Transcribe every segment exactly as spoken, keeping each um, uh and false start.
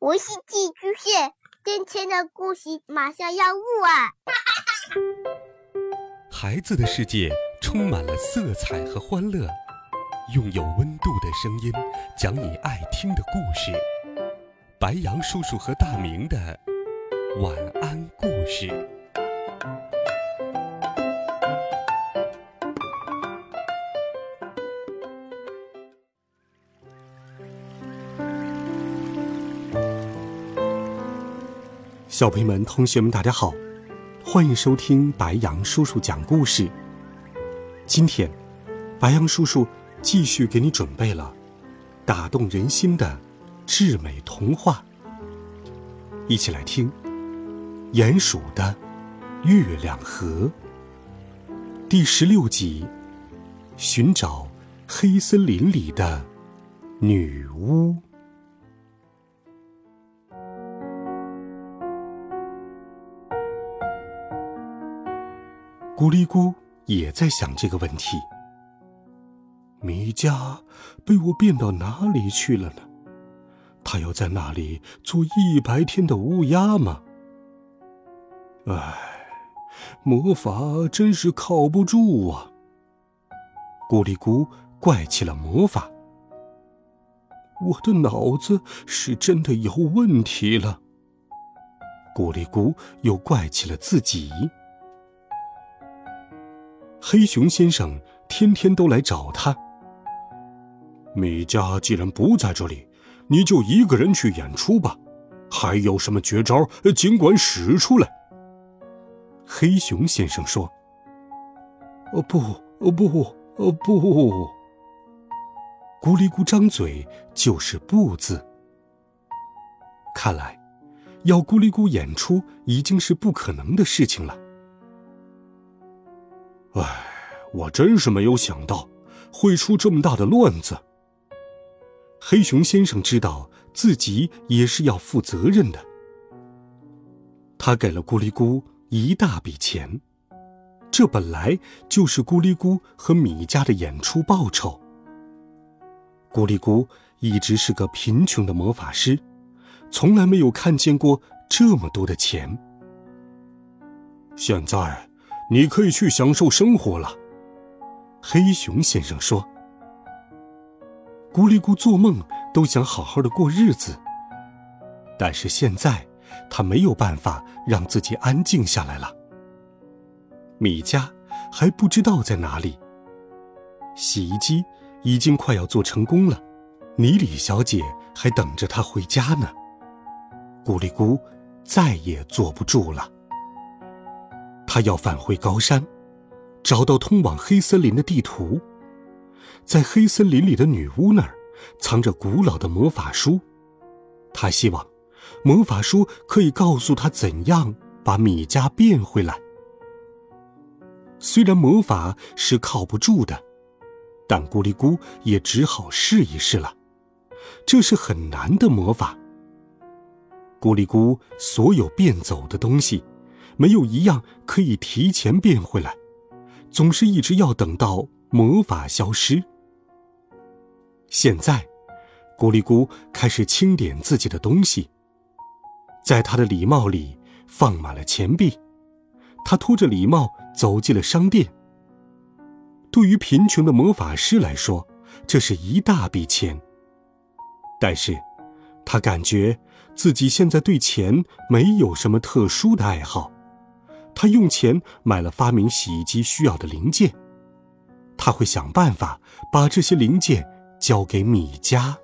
我是寄居蟹，今天的故事马上要录啊！ 孩子的世界充满了色彩和欢乐，用有温度的声音讲你爱听的故事。白杨叔叔和大明的晚安故事。 小朋友们、同学们，大家好，欢迎收听白杨叔叔讲故事。今天，白杨叔叔继续给你准备了打动人心的至美童话，一起来听《鼹鼠的月亮河》第十六集：寻找黑森林里的女巫。咕哩咕也在想这个问题，米迦被我变到哪里去了呢？他要在那里做一百天的乌鸦吗？唉，魔法真是靠不住啊！咕哩咕怪起了魔法，我的脑子是真的有问题了。咕哩咕又怪起了自己。黑熊先生天天都来找他。米迦既然不在这里，你就一个人去演出吧，还有什么绝招尽管使出来。黑熊先生说。哦不哦不哦不，咕哩咕张嘴就是不字。看来要咕哩咕演出已经是不可能的事情了。唉，我真是没有想到会出这么大的乱子。黑熊先生知道自己也是要负责任的，他给了咕哩咕一大笔钱，这本来就是咕哩咕和米迦的演出报酬。咕哩咕一直是个贫穷的魔法师，从来没有看见过这么多的钱。现在你可以去享受生活了，黑熊先生说。咕哩咕做梦都想好好的过日子，但是现在他没有办法让自己安静下来了。米迦还不知道在哪里，洗衣机已经快要做成功了，尼里小姐还等着他回家呢。咕哩咕再也坐不住了，他要返回高山，找到通往黑森林的地图。在黑森林里的女巫那儿藏着古老的魔法书，他希望魔法书可以告诉他怎样把米迦变回来。虽然魔法是靠不住的，但咕哩咕也只好试一试了，这是很难的魔法。咕哩咕所有变走的东西没有一样可以提前变回来，总是一直要等到魔法消失。现在咕哩咕开始清点自己的东西，在他的礼帽里放满了钱币，他拖着礼帽走进了商店。对于贫穷的魔法师来说，这是一大笔钱，但是他感觉自己现在对钱没有什么特殊的爱好。他用钱买了发明洗衣机需要的零件，他会想办法把这些零件交给米迦。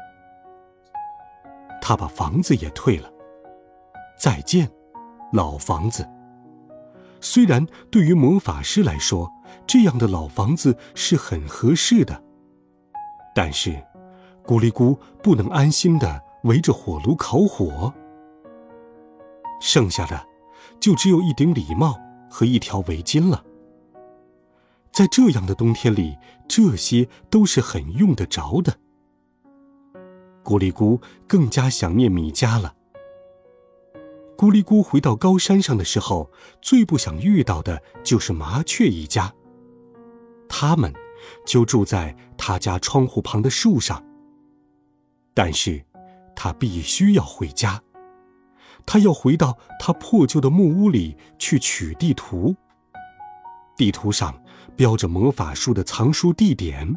他把房子也退了，再见，老房子。虽然对于魔法师来说，这样的老房子是很合适的，但是咕哩咕不能安心地围着火炉烤火。剩下的就只有一顶礼帽和一条围巾了。在这样的冬天里，这些都是很用得着的。咕哩咕更加想念米迦了。咕哩咕回到高山上的时候，最不想遇到的就是麻雀一家，他们就住在他家窗户旁的树上。但是他必须要回家。他要回到他破旧的木屋里去取地图。地图上标着魔法书的藏书地点。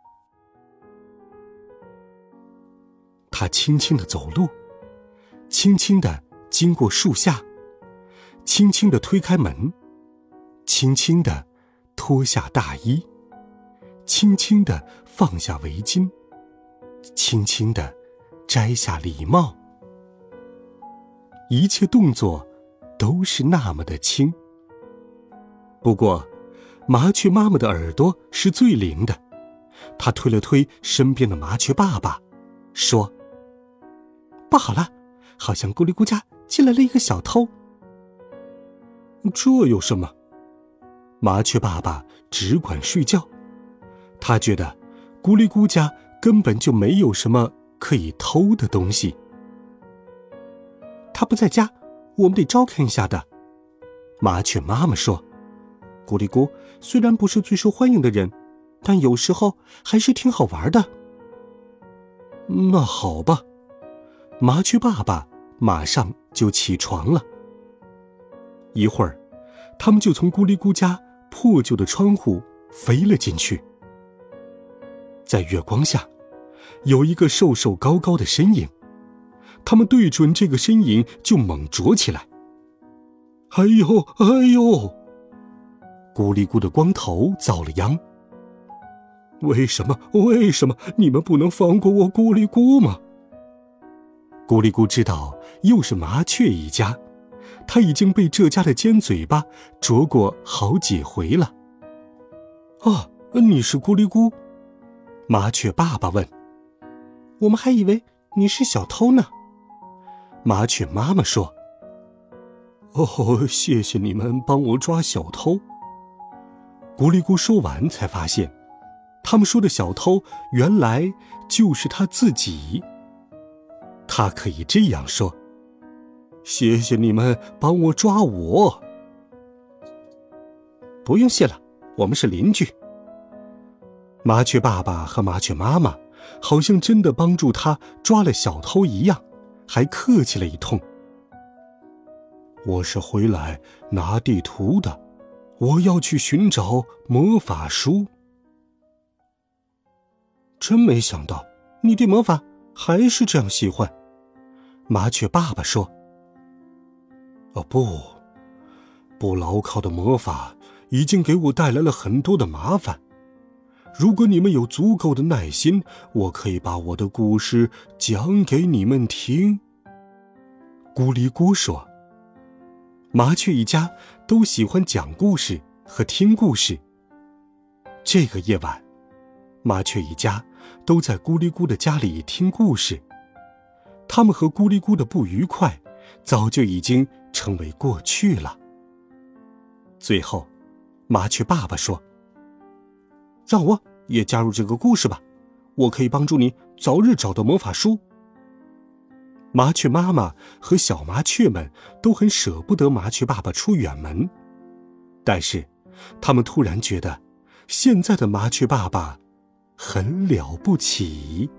他轻轻地走路，轻轻地经过树下，轻轻地推开门，轻轻地脱下大衣，轻轻地放下围巾，轻轻地摘下礼帽。一切动作都是那么的轻。不过，麻雀妈妈的耳朵是最灵的，她推了推身边的麻雀爸爸，说：“不好了，好像咕哩咕家进来了一个小偷。”这有什么？麻雀爸爸只管睡觉，他觉得咕哩咕家根本就没有什么可以偷的东西。他不在家，我们得照看一下的。麻雀妈妈说：“咕哩咕虽然不是最受欢迎的人，但有时候还是挺好玩的。”那好吧，麻雀爸爸马上就起床了。一会儿，他们就从咕哩咕家破旧的窗户飞了进去。在月光下，有一个瘦瘦高高的身影，他们对准这个身影就猛啄起来。哎呦哎呦！咕哩咕的光头遭了殃。为什么为什么你们不能放过我咕哩咕吗？咕哩咕知道又是麻雀一家，他已经被这家的尖嘴巴啄过好几回了。啊，你是咕哩咕？麻雀爸爸问。我们还以为你是小偷呢。麻雀妈妈说。哦，谢谢你们帮我抓小偷。咕哩咕说完才发现，他们说的小偷原来就是他自己。他可以这样说：谢谢你们帮我抓我。不用谢了，我们是邻居。麻雀爸爸和麻雀妈妈好像真的帮助他抓了小偷一样，还客气了一通。我是回来拿地图的，我要去寻找魔法书。真没想到，你对魔法还是这样喜欢。麻雀爸爸说。哦不，不牢靠的魔法已经给我带来了很多的麻烦。如果你们有足够的耐心，我可以把我的故事讲给你们听。咕哩咕说。麻雀一家都喜欢讲故事和听故事。这个夜晚，麻雀一家都在咕哩咕的家里听故事。他们和咕哩咕的不愉快早就已经成为过去了。最后，麻雀爸爸说：让我也加入这个故事吧，我可以帮助你早日找到魔法书。麻雀妈妈和小麻雀们都很舍不得麻雀爸爸出远门，但是他们突然觉得现在的麻雀爸爸很了不起。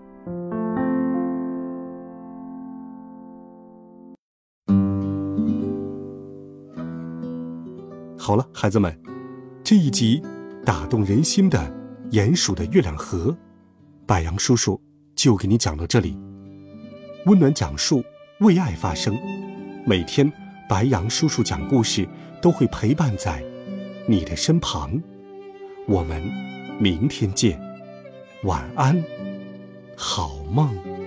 好了，孩子们，这一集打动人心的鼹鼠的月亮河，白杨叔叔就给你讲到这里。温暖讲述，为爱发声，每天白杨叔叔讲故事都会陪伴在你的身旁。我们明天见，晚安，好梦。